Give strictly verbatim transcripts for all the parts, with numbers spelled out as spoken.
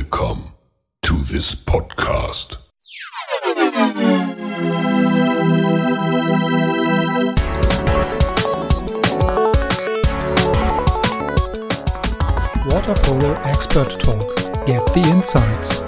Welcome to this podcast. Water Polo Expert Talk. Get the insights.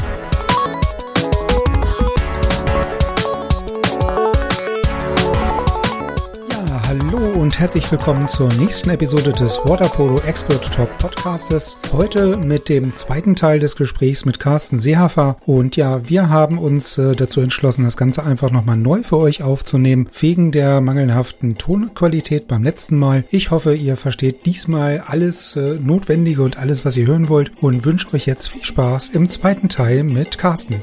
Hallo und herzlich willkommen zur nächsten Episode des Water Polo Expert Talk Podcastes. Heute mit dem zweiten Teil des Gesprächs mit Carsten Seehafer. Und ja, wir haben uns äh, dazu entschlossen, das Ganze einfach nochmal neu für euch aufzunehmen, wegen der mangelhaften Tonqualität beim letzten Mal. Ich hoffe, ihr versteht diesmal alles äh, Notwendige und alles, was ihr hören wollt, und wünsche euch jetzt viel Spaß im zweiten Teil mit Carsten.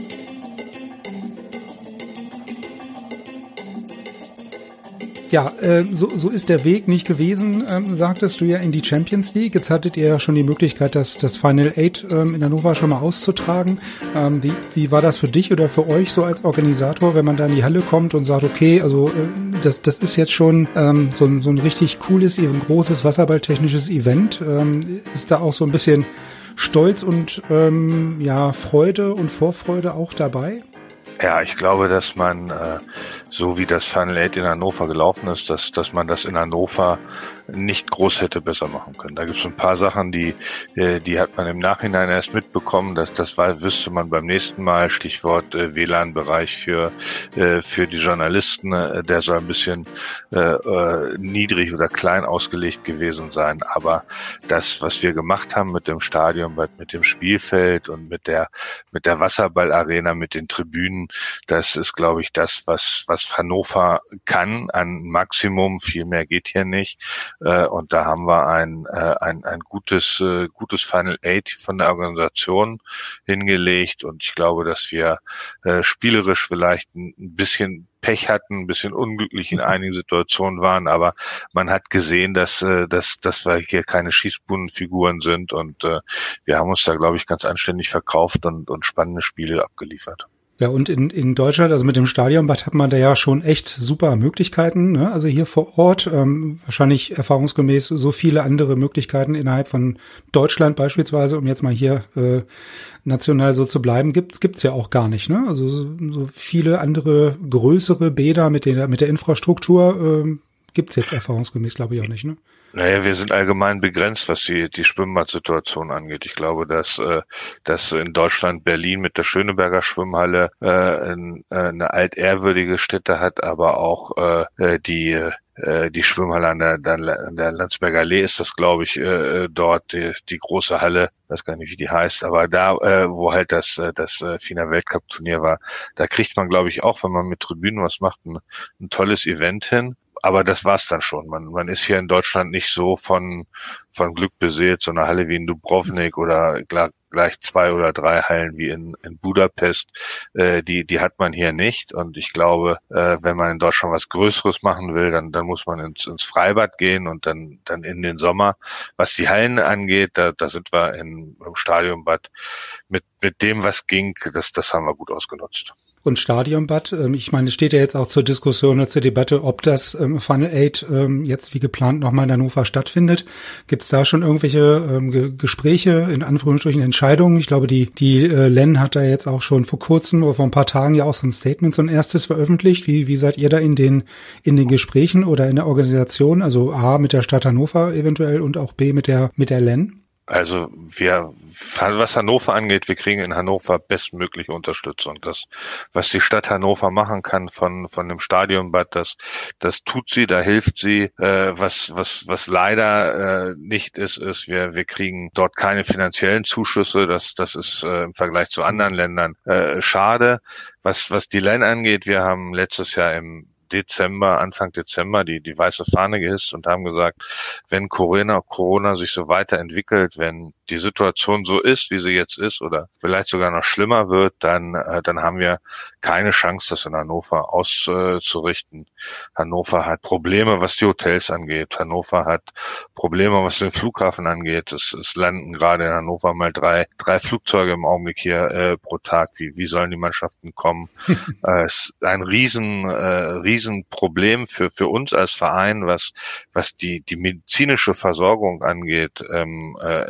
Ja, äh, so, so ist der Weg nicht gewesen, ähm, sagtest du ja, in die Champions League. Jetzt hattet ihr ja schon die Möglichkeit, das, das Final Eight ähm, in Hannover schon mal auszutragen. Ähm, wie, wie war das für dich oder für euch so als Organisator, wenn man da in die Halle kommt und sagt, okay, also äh, das, das ist jetzt schon ähm, so, ein, so ein richtig cooles, eben großes wasserballtechnisches Event. Ähm, ist da auch so ein bisschen Stolz und ähm, ja Freude und Vorfreude auch dabei? Ja, ich glaube, dass man, äh, so wie das Final Eight in Hannover gelaufen ist, dass, dass man das in Hannover nicht groß hätte besser machen können. Da gibt es ein paar Sachen, die, äh, die hat man im Nachhinein erst mitbekommen. Das, das war, wüsste man beim nächsten Mal. Stichwort äh, W L A N-Bereich für, äh, für die Journalisten. Äh, der soll ein bisschen äh, äh, niedrig oder klein ausgelegt gewesen sein. Aber das, was wir gemacht haben mit dem Stadion, mit dem Spielfeld und mit der, mit der Wasserballarena, mit den Tribünen, das ist, glaube ich, das, was, was Hannover kann an Maximum. Viel mehr geht hier nicht. Und da haben wir ein, ein, ein gutes, gutes Final Eight von der Organisation hingelegt. Und ich glaube, dass wir spielerisch vielleicht ein bisschen Pech hatten, ein bisschen unglücklich in einigen Situationen waren, aber man hat gesehen, dass, dass, dass wir hier keine Schießbudenfiguren sind. Und wir haben uns da, glaube ich, ganz anständig verkauft und, und spannende Spiele abgeliefert. Ja, und in, in Deutschland, also mit dem Stadionbad, hat man da ja schon echt super Möglichkeiten, ne? Also hier vor Ort, ähm, wahrscheinlich erfahrungsgemäß so viele andere Möglichkeiten innerhalb von Deutschland beispielsweise, um jetzt mal hier äh, national so zu bleiben, gibt's gibt's ja auch gar nicht, ne? Also so, so viele andere größere Bäder mit der mit der Infrastruktur äh, gibt's jetzt erfahrungsgemäß, glaube ich, auch nicht, ne? Naja, wir sind allgemein begrenzt, was die, die Schwimmbadsituation angeht. Ich glaube, dass, äh, dass in Deutschland Berlin mit der Schöneberger Schwimmhalle äh, in, äh, eine altehrwürdige Stätte hat, aber auch äh, die äh, die Schwimmhalle an der, an der Landsberger Allee ist das, glaube ich, äh, dort die, die große Halle, weiß gar nicht, wie die heißt, aber da, äh, wo halt das das äh, FINA Weltcup-Turnier war, da kriegt man, glaube ich, auch, wenn man mit Tribünen was macht, ein, ein tolles Event hin. Aber das war's dann schon. Man, man ist hier in Deutschland nicht so von, von Glück beseelt, so eine Halle wie in Dubrovnik oder gleich, gleich zwei oder drei Hallen wie in, in Budapest. Äh, die, die hat man hier nicht. Und ich glaube, äh, wenn man in Deutschland was Größeres machen will, dann, dann muss man ins, ins Freibad gehen und dann, dann in den Sommer. Was die Hallen angeht, da, da sind wir in, im Stadionbad mit, mit dem, was ging, das, das haben wir gut ausgenutzt. Und Stadionbad, ich meine, es steht ja jetzt auch zur Diskussion oder zur Debatte, ob das ähm, Final Eight ähm, jetzt wie geplant nochmal in Hannover stattfindet. Gibt es da schon irgendwelche ähm, Ge- Gespräche, in Anführungsstrichen Entscheidungen? Ich glaube, die die äh, L E N hat da jetzt auch schon vor kurzem oder vor ein paar Tagen ja auch so ein Statement, so ein erstes veröffentlicht. Wie wie seid ihr da in den in den Gesprächen oder in der Organisation? Also A mit der Stadt Hannover eventuell und auch B mit der mit der L E N? Also wir, was Hannover angeht, wir kriegen in Hannover bestmögliche Unterstützung. Das, was die Stadt Hannover machen kann von von dem Stadionbad, das das tut sie, da hilft sie. Äh, was was was leider äh, nicht ist, ist wir wir kriegen dort keine finanziellen Zuschüsse. Das das ist äh, im Vergleich zu anderen Ländern äh, schade. Was was die L E N angeht, wir haben letztes Jahr im Dezember, Anfang Dezember die die weiße Fahne gehisst und haben gesagt, wenn Corona Corona sich so weiterentwickelt, wenn die Situation so ist, wie sie jetzt ist oder vielleicht sogar noch schlimmer wird, dann äh, dann haben wir keine Chance, das in Hannover auszurichten. Hannover hat Probleme, was die Hotels angeht. Hannover hat Probleme, was den Flughafen angeht. Es, es landen gerade in Hannover mal drei drei Flugzeuge im Augenblick hier äh, pro Tag. Wie wie sollen die Mannschaften kommen? äh, es ist ein riesen äh, riesen Problem für für uns als Verein, was was die die medizinische Versorgung angeht ähm, äh, im Rahmen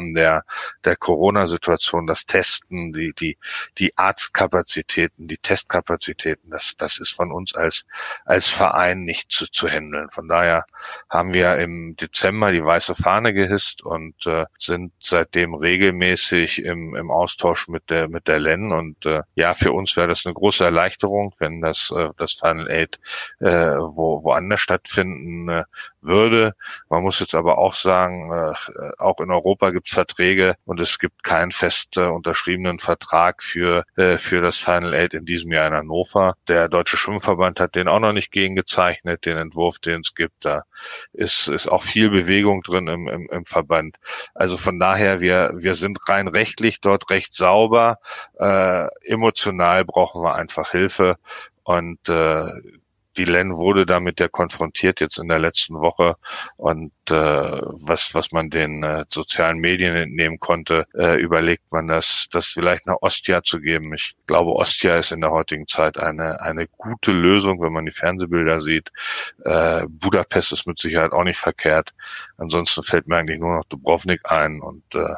Rahmen der der Corona-Situation, das Testen, die die die Arztkapazitäten, die Testkapazitäten, das das ist von uns als als Verein nicht zu, zu handeln. Von daher haben wir im Dezember die weiße Fahne gehisst und äh, sind seitdem regelmäßig im im Austausch mit der mit der L E N und äh, ja, für uns wäre das eine große Erleichterung, wenn das äh, das Final Eight äh, wo woanders stattfinden äh, würde. Man muss jetzt aber auch sagen, äh, auch in Europa gibt es Verträge und es gibt keinen fest äh, unterschriebenen Vertrag für äh, für das Final Eight in diesem Jahr in Hannover. Der Deutsche Schwimmverband hat den auch noch nicht gegengezeichnet, den Entwurf, den es gibt. Da ist ist auch viel Bewegung drin im, im, im Verband. Also von daher, wir wir sind rein rechtlich dort recht sauber. Äh, emotional brauchen wir einfach Hilfe und äh, die L E N wurde damit ja konfrontiert jetzt in der letzten Woche und äh, was was man den äh, sozialen Medien entnehmen konnte, äh, überlegt man das das vielleicht nach Ostia zu geben. Ich glaube, Ostia ist in der heutigen Zeit eine eine gute Lösung, wenn man die Fernsehbilder sieht. Äh, Budapest ist mit Sicherheit auch nicht verkehrt. Ansonsten fällt mir eigentlich nur noch Dubrovnik ein und äh,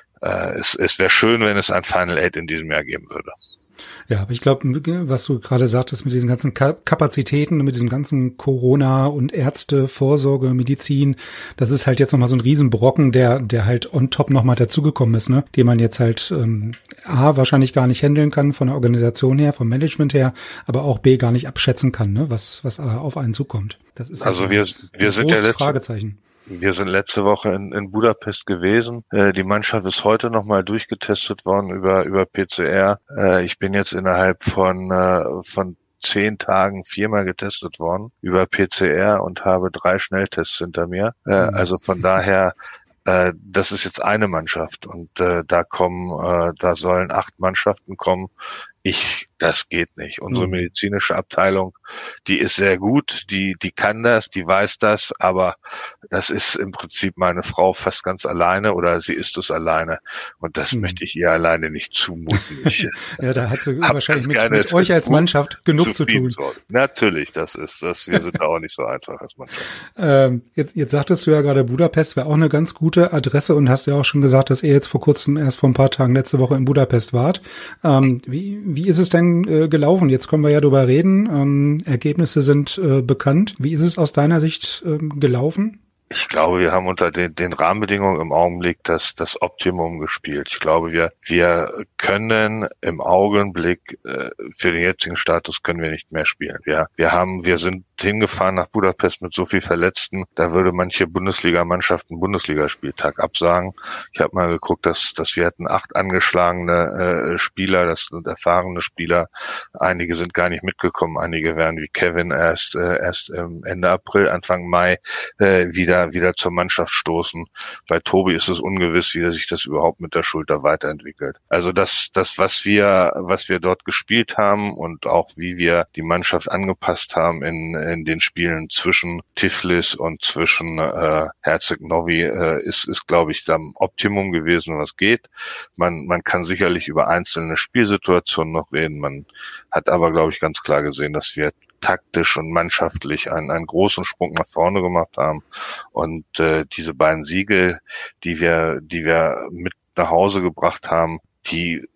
äh, es es wäre schön, wenn es ein Final Eight in diesem Jahr geben würde. Ja, aber ich glaube, was du gerade sagtest mit diesen ganzen Kapazitäten, mit diesem ganzen Corona und Ärzte, Vorsorge, Medizin, das ist halt jetzt nochmal so ein Riesenbrocken, der der halt on top nochmal dazugekommen ist, ne, den man jetzt halt ähm, A, wahrscheinlich gar nicht handeln kann von der Organisation her, vom Management her, aber auch B, gar nicht abschätzen kann, ne, was was auf einen zukommt. Das ist also halt wir wir sind ja letzte, Fragezeichen. Wir sind letzte Woche in, in Budapest gewesen. Äh, die Mannschaft ist heute nochmal durchgetestet worden über über P C R. Äh, ich bin jetzt innerhalb von äh, von zehn Tagen viermal getestet worden über P C R und habe drei Schnelltests hinter mir. Äh, mhm. Also von daher, äh, das ist jetzt eine Mannschaft und äh, da kommen, äh, da sollen acht Mannschaften kommen. Ich, das geht nicht. Unsere mhm. medizinische Abteilung, die ist sehr gut, die, die kann das, die weiß das, aber das ist im Prinzip meine Frau fast ganz alleine oder sie ist es alleine und das mhm. möchte ich ihr alleine nicht zumuten. Ich, ja, da hat sie wahrscheinlich mit, mit euch als Mannschaft genug zu tun. Natürlich, das ist, das, wir sind da auch nicht so einfach als Mannschaft. ähm, jetzt, jetzt sagtest du ja gerade, Budapest wäre auch eine ganz gute Adresse und hast ja auch schon gesagt, dass ihr jetzt vor kurzem erst vor ein paar Tagen letzte Woche in Budapest wart. Ähm, wie, Wie ist es denn äh, gelaufen? Jetzt können wir ja drüber reden. Ähm, Ergebnisse sind äh, bekannt. Wie ist es aus deiner Sicht äh, gelaufen? Ich glaube, wir haben unter den, den Rahmenbedingungen im Augenblick das, das Optimum gespielt. Ich glaube, wir, wir können im Augenblick, äh, für den jetzigen Status können wir nicht mehr spielen. Wir, wir haben, wir sind hingefahren nach Budapest mit so viel Verletzten, da würde manche Bundesliga-Mannschaft einen Bundesligaspieltag absagen. Ich habe mal geguckt, dass, dass wir hatten acht angeschlagene äh, Spieler, das sind erfahrene Spieler. Einige sind gar nicht mitgekommen, einige werden wie Kevin erst, äh, erst ähm, Ende April, Anfang Mai äh, wieder wieder zur Mannschaft stoßen. Bei Tobi ist es ungewiss, wie sich das überhaupt mit der Schulter weiterentwickelt. Also das, das, was wir, was wir dort gespielt haben und auch wie wir die Mannschaft angepasst haben in, in den Spielen zwischen Tiflis und zwischen äh, Herceg Novi, äh, ist, ist, glaube ich, am Optimum gewesen, was geht. Man, man kann sicherlich über einzelne Spielsituationen noch reden. Man hat aber, glaube ich, ganz klar gesehen, dass wir taktisch und mannschaftlich einen, einen großen Sprung nach vorne gemacht haben und äh, diese beiden Siege, die wir, die wir mit nach Hause gebracht haben, die äh,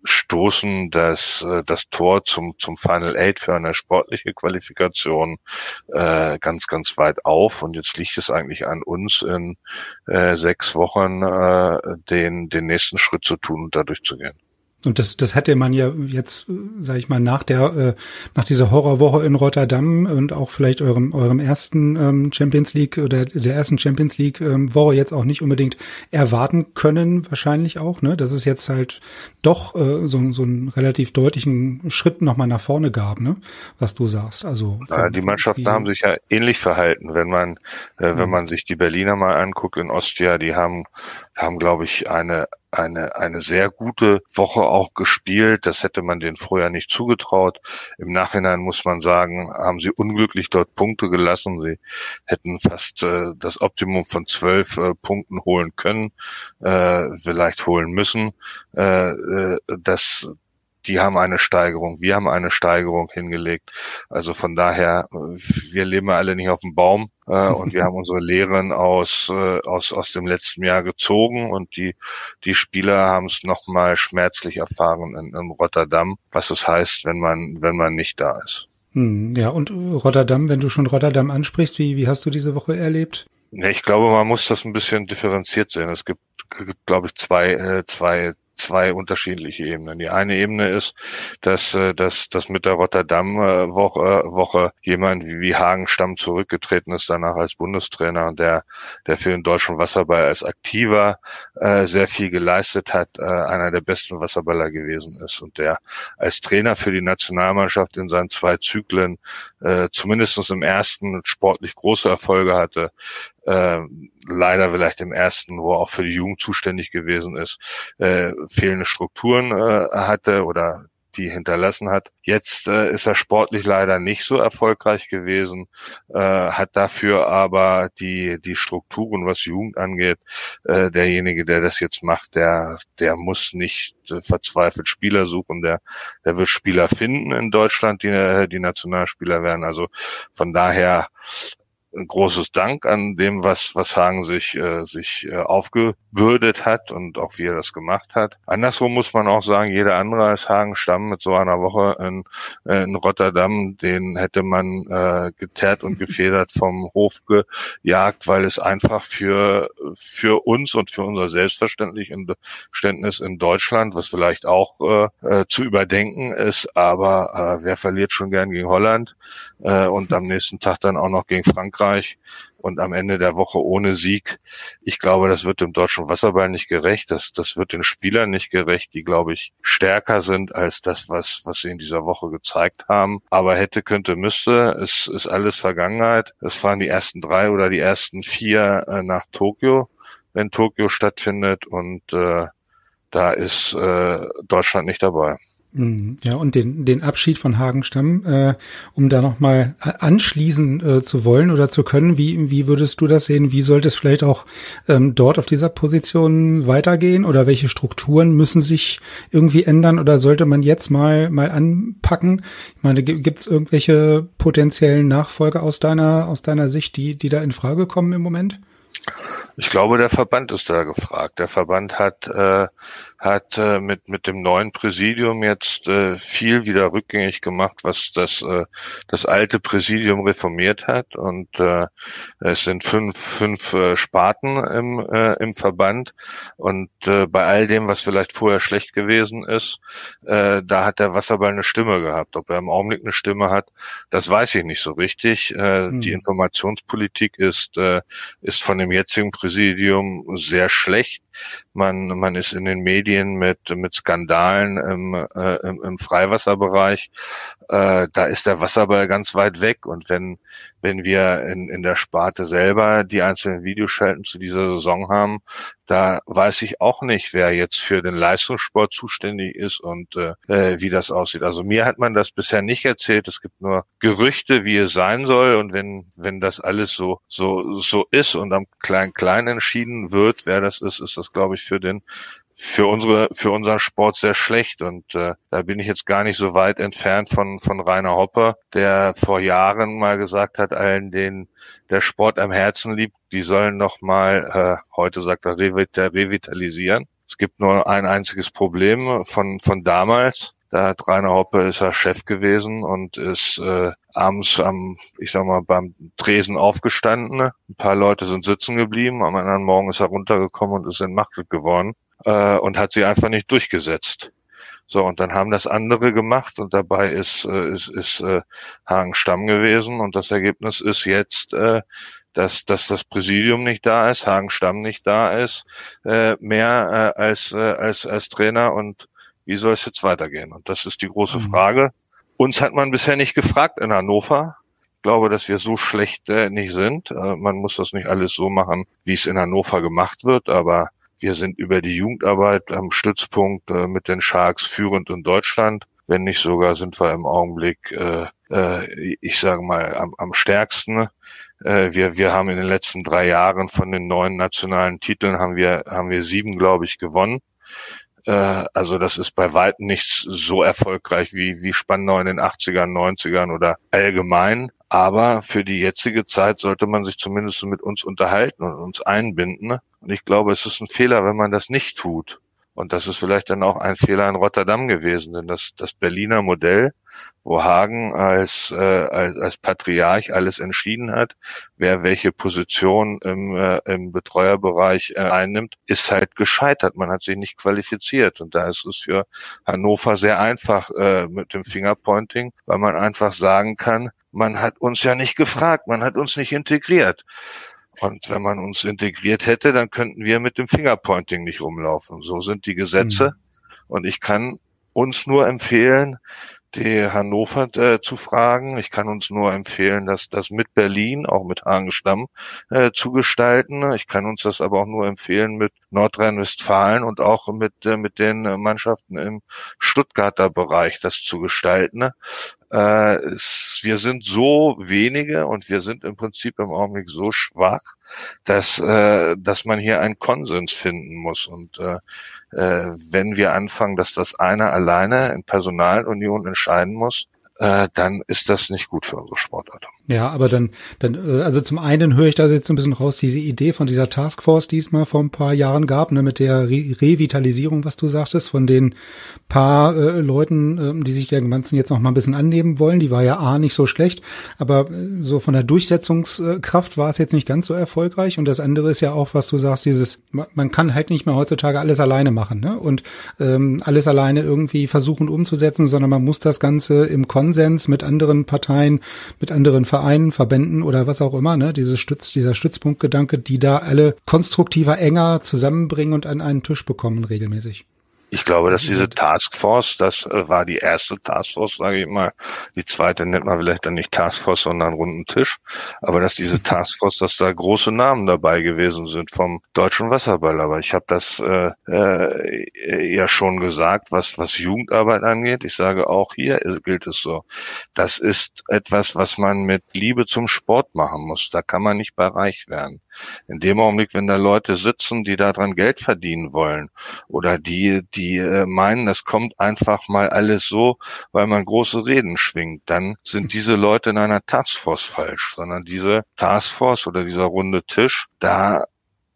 stoßen das äh, das Tor zum zum Final Eight für eine sportliche Qualifikation äh, ganz ganz weit auf und jetzt liegt es eigentlich an uns in äh, sechs Wochen äh, den den nächsten Schritt zu tun und da durchzugehen. Und das, das hätte man ja jetzt, sage ich mal, nach der, äh, nach dieser Horrorwoche in Rotterdam und auch vielleicht eurem, eurem ersten ähm, Champions League oder der ersten Champions League ähm, Woche jetzt auch nicht unbedingt erwarten können, wahrscheinlich auch, ne, dass es jetzt halt doch äh, so, so einen relativ deutlichen Schritt nochmal nach vorne gab, ne, was du sagst. Also ja, die Mannschaften haben sich ja ähnlich verhalten, wenn man, äh, wenn man sich die Berliner mal anguckt in Ostia, die haben, haben, glaube ich, eine eine eine sehr gute Woche auch gespielt. Das hätte man denen vorher nicht zugetraut. Im Nachhinein muss man sagen, haben sie unglücklich dort Punkte gelassen. Sie hätten fast äh, das Optimum von zwölf äh, Punkten holen können, äh, vielleicht holen müssen. Äh, äh, das die haben eine Steigerung, wir haben eine Steigerung hingelegt. Also von daher, wir leben ja alle nicht auf dem Baum äh, und wir haben unsere Lehren aus äh, aus aus dem letzten Jahr gezogen und die die Spieler haben es nochmal schmerzlich erfahren in, in Rotterdam, was es heißt, wenn man wenn man nicht da ist. Hm, ja, und Rotterdam, wenn du schon Rotterdam ansprichst, wie wie hast du diese Woche erlebt? Ja, ich glaube, man muss das ein bisschen differenziert sehen. Es gibt, gibt glaube ich, zwei, äh, zwei, zwei unterschiedliche Ebenen. Die eine Ebene ist, dass, äh, dass, dass mit der Rotterdam-Woche Woche jemand wie, wie Hagen Stamm zurückgetreten ist, danach als Bundestrainer und der, der für den deutschen Wasserball als Aktiver äh, sehr viel geleistet hat, äh, einer der besten Wasserballer gewesen ist und der als Trainer für die Nationalmannschaft in seinen zwei Zyklen äh, zumindest im ersten sportlich große Erfolge hatte. Äh, leider vielleicht im ersten, wo er auch für die Jugend zuständig gewesen ist, äh, fehlende Strukturen äh, hatte oder die hinterlassen hat. Jetzt äh, ist er sportlich leider nicht so erfolgreich gewesen, äh, hat dafür aber die die Strukturen, was Jugend angeht, äh, derjenige, der das jetzt macht, der der muss nicht äh, verzweifelt Spieler suchen, der der wird Spieler finden in Deutschland, die äh, die Nationalspieler werden. Also von daher ein großes Dank an dem, was was Hagen sich äh, sich äh, aufgebürdet hat und auch wie er das gemacht hat. Andersrum muss man auch sagen, jeder andere als Hagen Stamm mit so einer Woche in, äh, in Rotterdam, den hätte man äh, geteert und gefedert vom Hof gejagt, weil es einfach für für uns und für unser Selbstverständnis in Deutschland, was vielleicht auch äh, äh, zu überdenken ist, aber äh, wer verliert schon gern gegen Holland äh, und am nächsten Tag dann auch noch gegen Frankreich und am Ende der Woche ohne Sieg. Ich glaube, das wird dem deutschen Wasserball nicht gerecht. Das, das wird den Spielern nicht gerecht, die, glaube ich, stärker sind als das, was, was sie in dieser Woche gezeigt haben. Aber hätte, könnte, müsste. Es ist alles Vergangenheit. Es fahren die ersten drei oder die ersten vier äh, nach Tokio, wenn Tokio stattfindet. Und äh, da ist äh, Deutschland nicht dabei. Ja, und den den Abschied von Hagen Stamm, äh, um da nochmal anschließen äh, zu wollen oder zu können, wie wie würdest du das sehen? Wie sollte es vielleicht auch ähm, dort auf dieser Position weitergehen? Oder welche Strukturen müssen sich irgendwie ändern? Oder sollte man jetzt mal mal anpacken? Ich meine, gibt es irgendwelche potenziellen Nachfolger aus deiner aus deiner Sicht, die die da in Frage kommen im Moment? Ich glaube, der Verband ist da gefragt. Der Verband hat äh, hat äh, mit mit dem neuen Präsidium jetzt äh, viel wieder rückgängig gemacht, was das äh, das alte Präsidium reformiert hat. Und äh, es sind fünf fünf äh, Sparten im äh, im Verband. Und äh, bei all dem, was vielleicht vorher schlecht gewesen ist, äh, da hat der Wasserball eine Stimme gehabt. Ob er im Augenblick eine Stimme hat, das weiß ich nicht so richtig. Äh, hm. Die Informationspolitik ist äh, ist von dem jetzigen Präsidium sehr schlecht. Man man ist in den Medien mit mit Skandalen im, äh, im, im Freiwasserbereich. Äh, da ist der Wasserball ganz weit weg. Und wenn wenn wir in in der Sparte selber die einzelnen Videoschalten zu dieser Saison haben, da weiß ich auch nicht, wer jetzt für den Leistungssport zuständig ist und äh, wie das aussieht. Also mir hat man das bisher nicht erzählt. Es gibt nur Gerüchte, wie es sein soll. Und wenn wenn das alles so so so ist und am klein klein entschieden wird, wer das ist, ist das, glaube ich, für den für unsere für unseren Sport sehr schlecht. Und äh, da bin ich jetzt gar nicht so weit entfernt von von Rainer Hoppe, der vor Jahren mal gesagt hat, allen, denen der Sport am Herzen liegt, die sollen noch mal, äh, heute sagt er, revitalisieren. Es gibt nur ein einziges Problem von von damals. Da hat Rainer Hoppe, ist er Chef gewesen und ist äh, abends am, ich sag mal, beim Tresen aufgestanden. Ein paar Leute sind sitzen geblieben. Am anderen Morgen ist er runtergekommen und ist entmachtet geworden äh, und hat sie einfach nicht durchgesetzt. So, und dann haben das andere gemacht und dabei ist äh, ist, ist äh, Hagen Stamm gewesen und das Ergebnis ist jetzt, äh, dass dass das Präsidium nicht da ist, Hagen Stamm nicht da ist, äh, mehr äh, als äh, als als Trainer. Und wie soll es jetzt weitergehen? Und das ist die große mhm. Frage. Uns hat man bisher nicht gefragt in Hannover. Ich glaube, dass wir so schlecht äh, nicht sind. Äh, man muss das nicht alles so machen, wie es in Hannover gemacht wird, aber wir sind über die Jugendarbeit am Stützpunkt äh, mit den Sharks führend in Deutschland. Wenn nicht sogar, sind wir im Augenblick, äh, äh, ich sage mal, am, am stärksten. Äh, wir, wir haben in den letzten drei Jahren von den neun nationalen Titeln haben wir, haben wir sieben, glaube ich, gewonnen. Äh, also das ist bei weitem nicht so erfolgreich wie, wie Spandau in den achtzigern, neunzigern oder allgemein. Aber für die jetzige Zeit sollte man sich zumindest mit uns unterhalten und uns einbinden. Und ich glaube, es ist ein Fehler, wenn man das nicht tut. Und das ist vielleicht dann auch ein Fehler in Rotterdam gewesen, denn das, das Berliner Modell, wo Hagen als, äh, als, als Patriarch alles entschieden hat, wer welche Position im, äh, im Betreuerbereich äh, einnimmt, ist halt gescheitert. Man hat sich nicht qualifiziert. Und da ist es für Hannover sehr einfach äh, mit dem Fingerpointing, weil man einfach sagen kann, man hat uns ja nicht gefragt, man hat uns nicht integriert. Und wenn man uns integriert hätte, dann könnten wir mit dem Fingerpointing nicht rumlaufen. So sind die Gesetze. Mhm. Und ich kann uns nur empfehlen, die Hannover äh, zu fragen. Ich kann uns nur empfehlen, dass das mit Berlin, auch mit Hagenstamm, äh, zu gestalten. Ich kann uns das aber auch nur empfehlen, mit Nordrhein-Westfalen und auch mit äh, mit den Mannschaften im Stuttgarter Bereich das zu gestalten. Äh, es, wir sind so wenige und wir sind im Prinzip im Augenblick so schwach, dass äh, dass man hier einen Konsens finden muss. Und äh, äh, wenn wir anfangen, dass das einer alleine in Personalunion entscheiden muss, äh, dann ist das nicht gut für unsere Sportart. Ja, aber dann, dann, also zum einen höre ich da jetzt so ein bisschen raus, diese Idee von dieser Taskforce, die es mal vor ein paar Jahren gab, ne, mit der Re- Revitalisierung, was du sagtest, von den paar äh, Leuten, äh, die sich der Ganzen jetzt noch mal ein bisschen annehmen wollen, die war ja A, nicht so schlecht, aber äh, so von der Durchsetzungskraft war es jetzt nicht ganz so erfolgreich. Und das andere ist ja auch, was du sagst, dieses, man kann halt nicht mehr heutzutage alles alleine machen, ne, und ähm, alles alleine irgendwie versuchen umzusetzen, sondern man muss das Ganze im Konsens mit anderen Parteien, mit anderen Vereinen, Verbänden oder was auch immer, ne, dieses Stütz, dieser Stützpunktgedanke, die da alle konstruktiver, enger zusammenbringen und an einen Tisch bekommen regelmäßig. Ich glaube, dass diese Taskforce, das äh, war die erste Taskforce, sage ich mal. Die zweite nennt man vielleicht dann nicht Taskforce, sondern runden Tisch. Aber dass diese Taskforce, dass da große Namen dabei gewesen sind vom deutschen Wasserball. Aber ich habe das äh, äh, ja schon gesagt, was was Jugendarbeit angeht. Ich sage auch hier gilt es so. Das ist etwas, was man mit Liebe zum Sport machen muss. Da kann man nicht bei reich werden. In dem Augenblick, wenn da Leute sitzen, die daran Geld verdienen wollen oder die die äh, meinen, das kommt einfach mal alles so, weil man große Reden schwingt, dann sind diese Leute in einer Taskforce falsch, sondern diese Taskforce oder dieser runde Tisch, da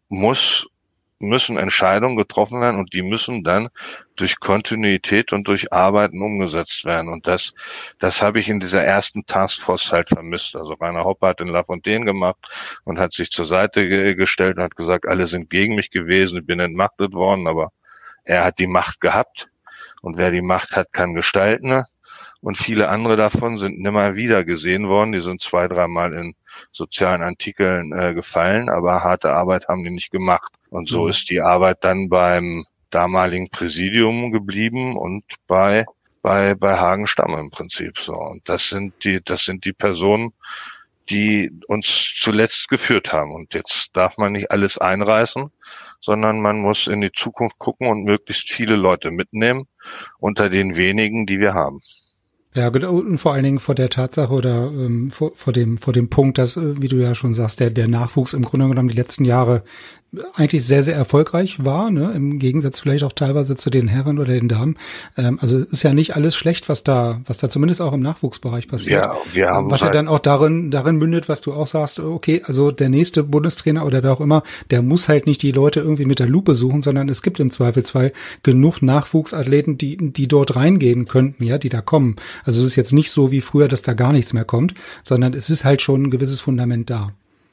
muss müssen Entscheidungen getroffen werden und die müssen dann durch Kontinuität und durch Arbeiten umgesetzt werden. Und das, das habe ich in dieser ersten Taskforce halt vermisst. Also Rainer Hoppe hat in Lafontaine gemacht und hat sich zur Seite ge- gestellt und hat gesagt, alle sind gegen mich gewesen, ich bin entmachtet worden, aber er hat die Macht gehabt. Und wer die Macht hat, kann gestalten. Und viele andere davon sind nimmer wieder gesehen worden. Die sind zwei, dreimal in sozialen Artikeln äh, gefallen, aber harte Arbeit haben die nicht gemacht. Und so mhm. ist die Arbeit dann beim damaligen Präsidium geblieben und bei bei bei Hagenstamm im Prinzip so. Und das sind die das sind die Personen, die uns zuletzt geführt haben. Und jetzt darf man nicht alles einreißen, sondern man muss in die Zukunft gucken und möglichst viele Leute mitnehmen unter den wenigen, die wir haben. Ja, und vor allen Dingen vor der Tatsache oder ähm, vor, vor dem vor dem Punkt, dass, äh, wie du ja schon sagst, der der Nachwuchs im Grunde genommen die letzten Jahre eigentlich sehr, sehr erfolgreich war, ne, im Gegensatz vielleicht auch teilweise zu den Herren oder den Damen. Ähm, also ist ja nicht alles schlecht, was da, was da zumindest auch im Nachwuchsbereich passiert. Ja, wir haben was ja halt dann auch darin, darin mündet, was du auch sagst, okay, also der nächste Bundestrainer oder wer auch immer, der muss halt nicht die Leute irgendwie mit der Lupe suchen, sondern es gibt im Zweifelsfall genug Nachwuchsathleten, die, die dort reingehen könnten, ja, die da kommen. Also es ist jetzt nicht so wie früher, dass da gar nichts mehr kommt, sondern es ist halt schon ein gewisses Fundament da.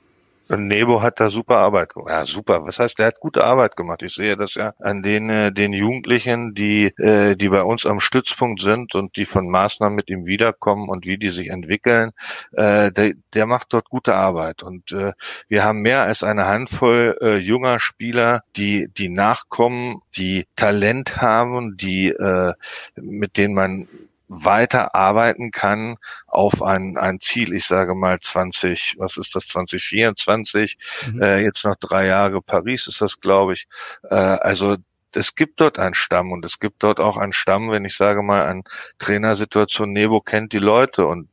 Und Nebo hat da super Arbeit gemacht. Ja, super. Was heißt, der hat gute Arbeit gemacht. Ich sehe das ja an den äh, den Jugendlichen, die äh, die bei uns am Stützpunkt sind und die von Maßnahmen mit ihm wiederkommen und wie die sich entwickeln. Äh, der, der macht dort gute Arbeit. Und äh, wir haben mehr als eine Handvoll äh, junger Spieler, die die nachkommen, die Talent haben, die äh, mit denen man weiter arbeiten kann auf ein ein Ziel. Ich sage mal zwanzig, was ist das, zwanzig vierundzwanzig, mhm. äh, jetzt noch drei Jahre Paris ist das, glaube ich. Äh, also es gibt dort einen Stamm und es gibt dort auch einen Stamm, wenn ich sage mal, an Trainersituation. Nebo kennt die Leute und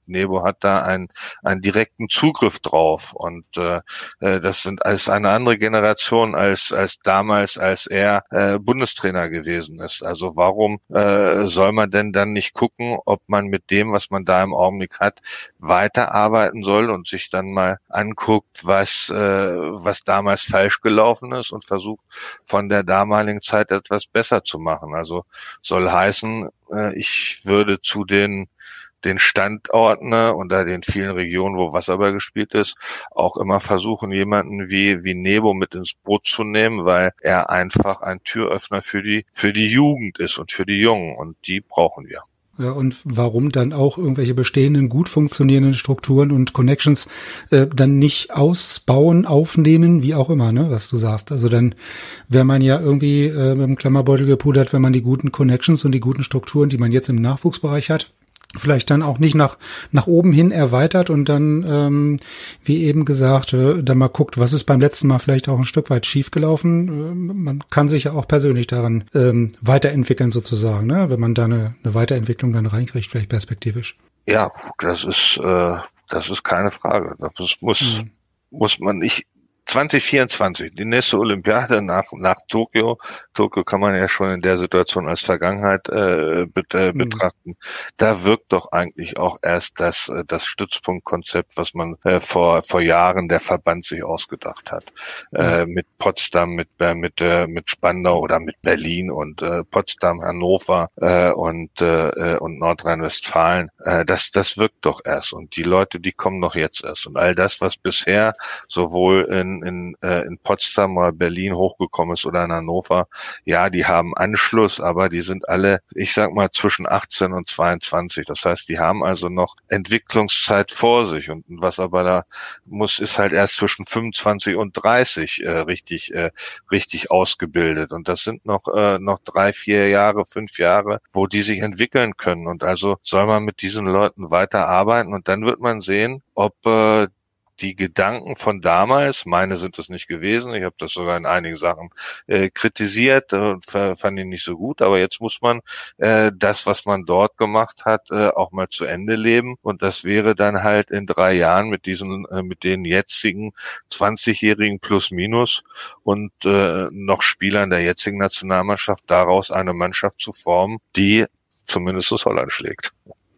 Nebo hat da einen, einen direkten Zugriff drauf und äh, das sind als eine andere Generation als als damals, als er äh, Bundestrainer gewesen ist. Also warum äh, soll man denn dann nicht gucken, ob man mit dem, was man da im Augenblick hat, weiterarbeiten soll und sich dann mal anguckt, was äh, was damals falsch gelaufen ist und versucht von der damaligen Zeit etwas besser zu machen. Also soll heißen, äh, ich würde zu den den Standorten unter den vielen Regionen, wo Wasserball gespielt ist, auch immer versuchen, jemanden wie wie Nebo mit ins Boot zu nehmen, weil er einfach ein Türöffner für die für die Jugend ist und für die Jungen und die brauchen wir. Ja, und warum dann auch irgendwelche bestehenden, gut funktionierenden Strukturen und Connections äh, dann nicht ausbauen, aufnehmen, wie auch immer, ne, was du sagst. Also dann wäre man ja irgendwie äh, mit dem Klammerbeutel gepudert, wenn man die guten Connections und die guten Strukturen, die man jetzt im Nachwuchsbereich hat, vielleicht dann auch nicht nach nach oben hin erweitert und dann, ähm, wie eben gesagt, äh, dann mal guckt, was ist beim letzten Mal vielleicht auch ein Stück weit schiefgelaufen. Äh, man kann sich ja auch persönlich daran ähm, weiterentwickeln sozusagen, ne? Wenn man da eine, eine Weiterentwicklung dann reinkriegt, vielleicht perspektivisch. Ja, das ist äh, das ist keine Frage. Das muss mhm. muss man nicht. zwanzig vierundzwanzig, die nächste Olympiade nach nach Tokio. Tokio kann man ja schon in der Situation als Vergangenheit äh, bet, äh, mhm. betrachten. Da wirkt doch eigentlich auch erst das das Stützpunktkonzept, was man äh, vor vor Jahren der Verband sich ausgedacht hat. Mhm. Äh, mit Potsdam, mit äh, mit äh, mit Spandau oder mit Berlin und äh, Potsdam, Hannover äh, und äh, und Nordrhein-Westfalen. Äh, das das wirkt doch erst und die Leute, die kommen doch jetzt erst und all das, was bisher sowohl in in äh, in Potsdam oder Berlin hochgekommen ist oder in Hannover, ja, die haben Anschluss, aber die sind alle, ich sag mal, zwischen achtzehn und zweiundzwanzig. Das heißt, die haben also noch Entwicklungszeit vor sich und was aber da muss, ist halt erst zwischen fünfundzwanzig und dreißig äh, richtig äh, richtig ausgebildet und das sind noch äh, noch drei, vier Jahre, fünf Jahre, wo die sich entwickeln können und also soll man mit diesen Leuten weiter arbeiten und dann wird man sehen, ob äh, die Gedanken von damals, meine sind es nicht gewesen, ich habe das sogar in einigen Sachen äh, kritisiert und fand ihn nicht so gut, aber jetzt muss man äh, das, was man dort gemacht hat, äh, auch mal zu Ende leben und das wäre dann halt in drei Jahren mit diesen, äh, mit den jetzigen zwanzigjährigen plus minus und äh, noch Spielern der jetzigen Nationalmannschaft daraus eine Mannschaft zu formen, die zumindest das Holland schlägt.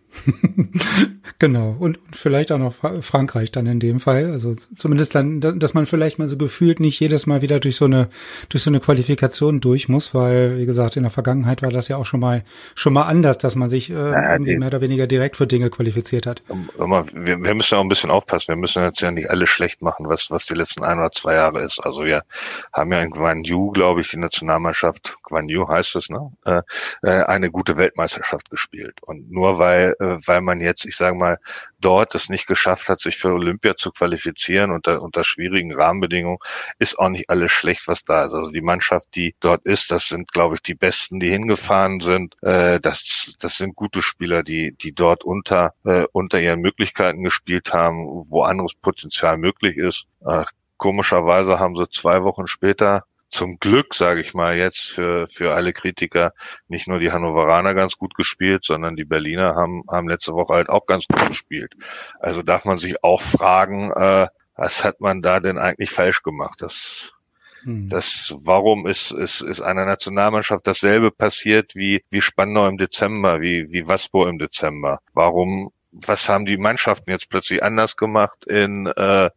Genau. Und, und vielleicht auch noch Frankreich dann in dem Fall. Also zumindest dann, dass man vielleicht mal so gefühlt nicht jedes Mal wieder durch so eine, durch so eine Qualifikation durch muss, weil, wie gesagt, in der Vergangenheit war das ja auch schon mal, schon mal anders, dass man sich äh, ja, irgendwie mehr oder weniger direkt für Dinge qualifiziert hat. Wir, wir müssen ja auch ein bisschen aufpassen. Wir müssen jetzt ja nicht alles schlecht machen, was, was die letzten ein oder zwei Jahre ist. Also wir haben ja in Gwangju, glaube ich, die Nationalmannschaft, Gwangju heißt es, ne, äh, eine gute Weltmeisterschaft gespielt. Und nur weil, weil man jetzt, ich sage mal, dort es nicht geschafft hat, sich für Olympia zu qualifizieren unter, unter schwierigen Rahmenbedingungen, ist auch nicht alles schlecht, was da ist. Also die Mannschaft, die dort ist, das sind, glaube ich, die Besten, die hingefahren sind. Äh, das, das sind gute Spieler, die, die dort unter, äh, unter ihren Möglichkeiten gespielt haben, wo anderes Potenzial möglich ist. Äh, komischerweise haben sie zwei Wochen später zum Glück, sage ich mal jetzt, für für alle Kritiker nicht nur die Hannoveraner ganz gut gespielt, sondern die Berliner haben haben letzte Woche halt auch ganz gut gespielt. Also darf man sich auch fragen, äh, was hat man da denn eigentlich falsch gemacht? Das hm. das warum ist ist ist einer Nationalmannschaft dasselbe passiert wie wie Spandau im Dezember, wie wie Waspo im Dezember? Warum Was haben die Mannschaften jetzt plötzlich anders gemacht in äh,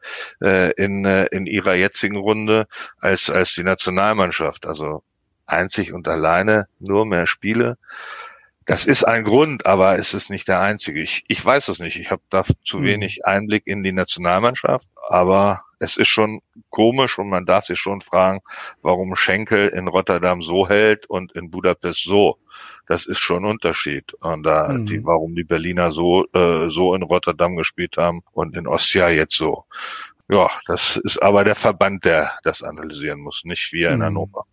in äh, in ihrer jetzigen Runde als als die Nationalmannschaft? Also einzig und alleine nur mehr Spiele. Das ist ein Grund, aber es ist nicht der einzige. Ich ich weiß es nicht. Ich habe da zu mhm. wenig Einblick in die Nationalmannschaft, aber es ist schon komisch und man darf sich schon fragen, warum Schenkel in Rotterdam so hält und in Budapest so. Das ist schon ein Unterschied. Und da, mhm. die, warum die Berliner so, äh, so in Rotterdam gespielt haben und in Ostia jetzt so. Ja, das ist aber der Verband, der das analysieren muss, nicht wir mhm. in Hannover.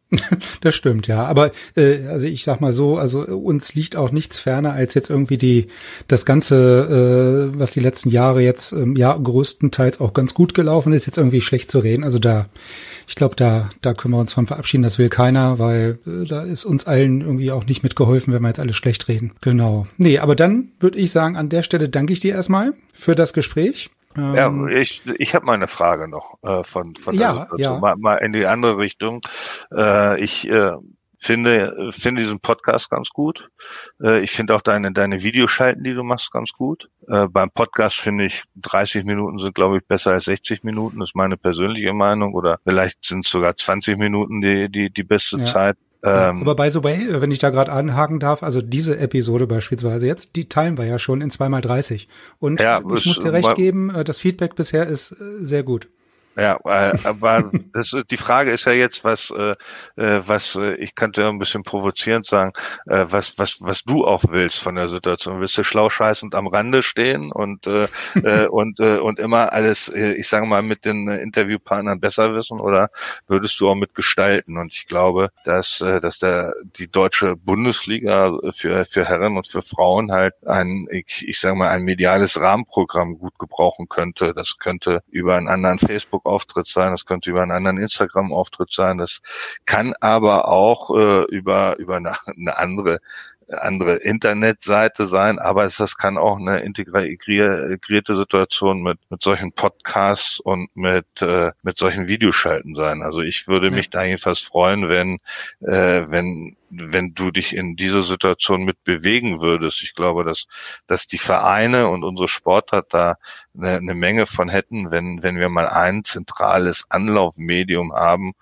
Das stimmt, ja. Aber äh, also ich sag mal so, also uns liegt auch nichts ferner als jetzt irgendwie die das Ganze, äh, was die letzten Jahre jetzt ähm, ja größtenteils auch ganz gut gelaufen ist, jetzt irgendwie schlecht zu reden. Also da ich glaube, da da können wir uns von verabschieden. Das will keiner, weil äh, da ist uns allen irgendwie auch nicht mitgeholfen, wenn wir jetzt alle schlecht reden. Genau. Nee, aber dann würde ich sagen, an der Stelle danke ich dir erstmal für das Gespräch. Ja, ich, ich habe mal eine Frage noch äh, von, von der ja, Situation. Ja. Mal, mal in die andere Richtung. Äh, ich äh, finde finde diesen Podcast ganz gut. Äh, ich finde auch deine deine Videoschalten, die du machst, ganz gut. Äh, beim Podcast finde ich dreißig Minuten sind, glaube ich, besser als sechzig Minuten. Das ist meine persönliche Meinung. Oder vielleicht sind es sogar zwanzig Minuten die die die beste Ja. Zeit. Ja, Ähm, aber by the way, wenn ich da gerade anhaken darf, also diese Episode beispielsweise jetzt, die teilen wir ja schon in zwei mal dreißig. Und Ja, ich es- muss dir recht mal- geben, äh, das Feedback bisher ist äh, sehr gut. Ja, äh, aber das ist, die Frage ist ja jetzt, was, äh, äh, was äh, ich könnte ja ein bisschen provozierend sagen, äh, was, was, was du auch willst von der Situation. Willst du schlau scheißend am Rande stehen und äh, äh, und äh, und immer alles, äh, ich sage mal, mit den äh, Interviewpartnern besser wissen, oder würdest du auch mitgestalten? Und ich glaube, dass äh, dass der die deutsche Bundesliga für für Herren und für Frauen halt ein, ich, ich sage mal, ein mediales Rahmenprogramm gut gebrauchen könnte. Das könnte über einen anderen Facebook Auftritt sein, das könnte über einen anderen Instagram-Auftritt sein, das kann aber auch äh, über über eine, eine andere andere Internetseite sein, aber es, das kann auch eine integrierte Situation mit mit solchen Podcasts und mit äh, mit solchen Videoschalten sein. Also ich würde Ja. mich da jedenfalls freuen, wenn äh, wenn wenn du dich in diese Situation mit bewegen würdest. Ich glaube, dass dass die Vereine und unsere Sportler da eine, eine Menge von hätten, wenn wenn wir mal ein zentrales Anlaufmedium haben,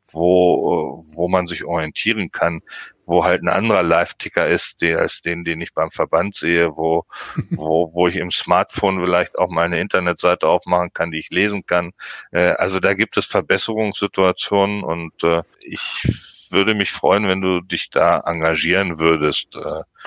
wo wo man sich orientieren kann, wo halt ein anderer Live-Ticker ist, der als den, den ich beim Verband sehe, wo wo wo ich im Smartphone vielleicht auch mal eine Internetseite aufmachen kann, die ich lesen kann. Äh, also da gibt es Verbesserungssituationen, und äh, ich würde mich freuen, wenn du dich da engagieren würdest,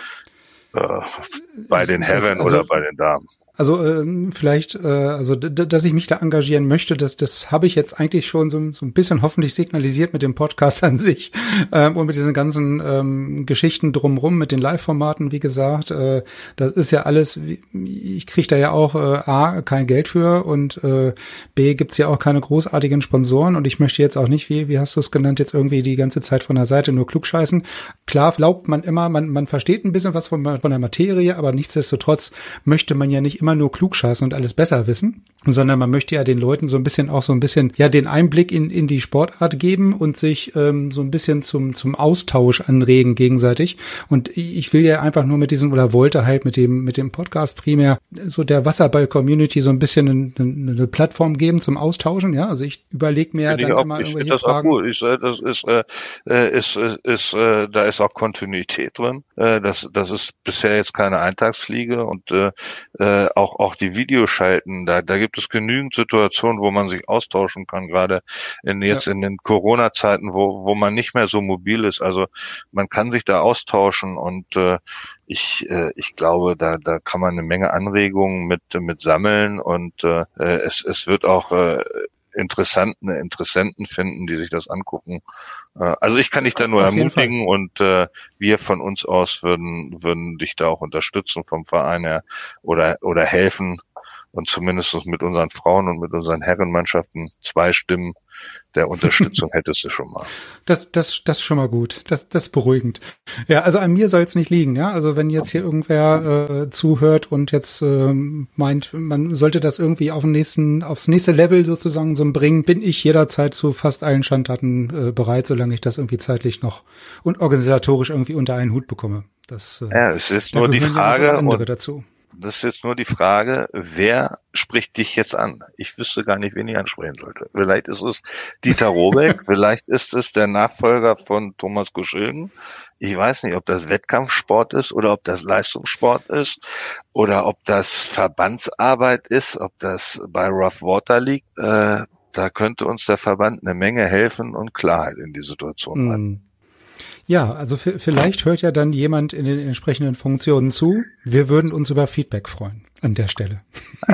äh, äh, bei den Das- Herren also- oder bei den Damen. Also ähm, vielleicht, äh, also d- d- dass ich mich da engagieren möchte, das, das habe ich jetzt eigentlich schon so, so ein bisschen hoffentlich signalisiert mit dem Podcast an sich ähm, und mit diesen ganzen ähm, Geschichten drumrum, mit den Live-Formaten, wie gesagt. Äh, das ist ja alles, ich kriege da ja auch äh, A, kein Geld für, und äh, B, gibt's ja auch keine großartigen Sponsoren, und ich möchte jetzt auch nicht, wie, wie hast du es genannt, jetzt irgendwie die ganze Zeit von der Seite nur klugscheißen. Klar glaubt man immer, man, man versteht ein bisschen was von, von der Materie, aber nichtsdestotrotz möchte man ja nicht immer nur klugscheißen und alles besser wissen, sondern man möchte ja den Leuten so ein bisschen auch so ein bisschen ja den Einblick in in die Sportart geben und sich ähm, so ein bisschen zum zum Austausch anregen gegenseitig. Und ich will ja einfach nur mit diesem, oder wollte halt mit dem mit dem Podcast primär so der Wasserball-Community so ein bisschen eine, eine, eine Plattform geben zum Austauschen. Ja, also ich überlege mir Finde dann ich auch, immer ich finde irgendwelche das auch Fragen. gut. Ich, äh, das ist, äh, äh, ist, ist, ist äh, da ist auch Kontinuität drin. Äh, das, das ist bisher jetzt keine Eintagsfliege, und äh, äh, auch auch die Videoschalten. Da, da gibt es genügend Situationen, wo man sich austauschen kann. Gerade in jetzt Ja. in den Corona-Zeiten, wo wo man nicht mehr so mobil ist. Also man kann sich da austauschen, und äh, ich äh, ich glaube, da da kann man eine Menge Anregungen mit mit sammeln, und äh, es es wird auch äh, Interessanten, Interessenten finden, die sich das angucken. Äh, Also ich kann dich da nur Auf jeden ermutigen, und äh, wir von uns aus würden würden dich da auch unterstützen vom Verein her, oder oder helfen, und zumindest mit unseren Frauen und mit unseren Herrenmannschaften zwei Stimmen der Unterstützung hättest du schon mal. Das, das, das ist schon mal gut. Das, das ist beruhigend. Ja, also an mir soll es nicht liegen, ja. Also wenn jetzt hier irgendwer äh, zuhört und jetzt ähm, meint, man sollte das irgendwie auf den nächsten, aufs nächste Level sozusagen so bringen, bin ich jederzeit zu fast allen Schandtaten äh, bereit, solange ich das irgendwie zeitlich noch und organisatorisch irgendwie unter einen Hut bekomme. Das, äh, Ja, es ist da nur die gehören ja noch Frage, andere und dazu. das ist jetzt nur die Frage, wer spricht dich jetzt an? Ich wüsste gar nicht, wen ich ansprechen sollte. Vielleicht ist es Dieter Robeck, vielleicht ist es der Nachfolger von Thomas Guschilgen. Ich weiß nicht, ob das Wettkampfsport ist oder ob das Leistungssport ist oder ob das Verbandsarbeit ist, ob das bei Rough Water liegt. Äh, da könnte uns der Verband eine Menge helfen und Klarheit in die Situation rein. Mm. Ja, also v- vielleicht hört ja dann jemand in den entsprechenden Funktionen zu. Wir würden uns über Feedback freuen an der Stelle. Ja.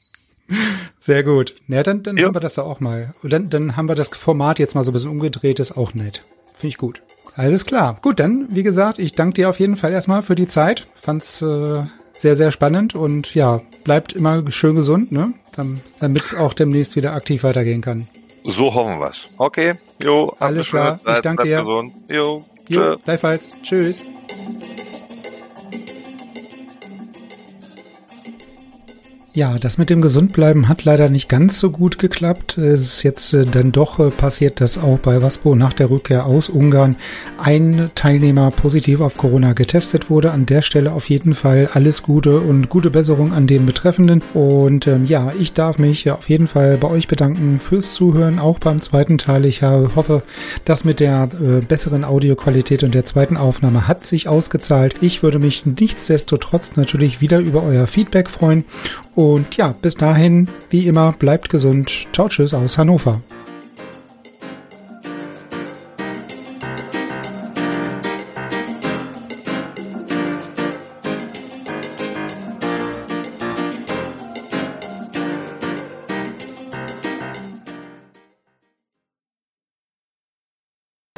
Sehr gut. Ja, dann, dann Ja. haben wir das da auch mal. Und dann, dann haben wir das Format jetzt mal so ein bisschen umgedreht, ist auch nett. Finde ich gut. Alles klar. Gut, dann, wie gesagt, ich danke dir auf jeden Fall erstmal für die Zeit. Fand's äh, sehr, sehr spannend, und ja, bleibt immer schön gesund, ne? Damit es auch demnächst wieder aktiv weitergehen kann. So hoffen wir's. Okay, jo. Alles klar, ich danke dir. Gesund. Jo, jo, gleichfalls. Tschüss. Ja, das mit dem Gesundbleiben hat leider nicht ganz so gut geklappt. Es ist jetzt äh, dann doch äh, passiert, dass auch bei Waspo nach der Rückkehr aus Ungarn ein Teilnehmer positiv auf Corona getestet wurde. An der Stelle auf jeden Fall alles Gute und gute Besserung an den Betreffenden. Und ähm, ja, ich darf mich auf jeden Fall bei euch bedanken fürs Zuhören, auch beim zweiten Teil. Ich habe, hoffe, das mit der äh, besseren Audioqualität und der zweiten Aufnahme hat sich ausgezahlt. Ich würde mich nichtsdestotrotz natürlich wieder über euer Feedback freuen. Und ja, bis dahin, wie immer, bleibt gesund. Ciao, tschüss aus Hannover.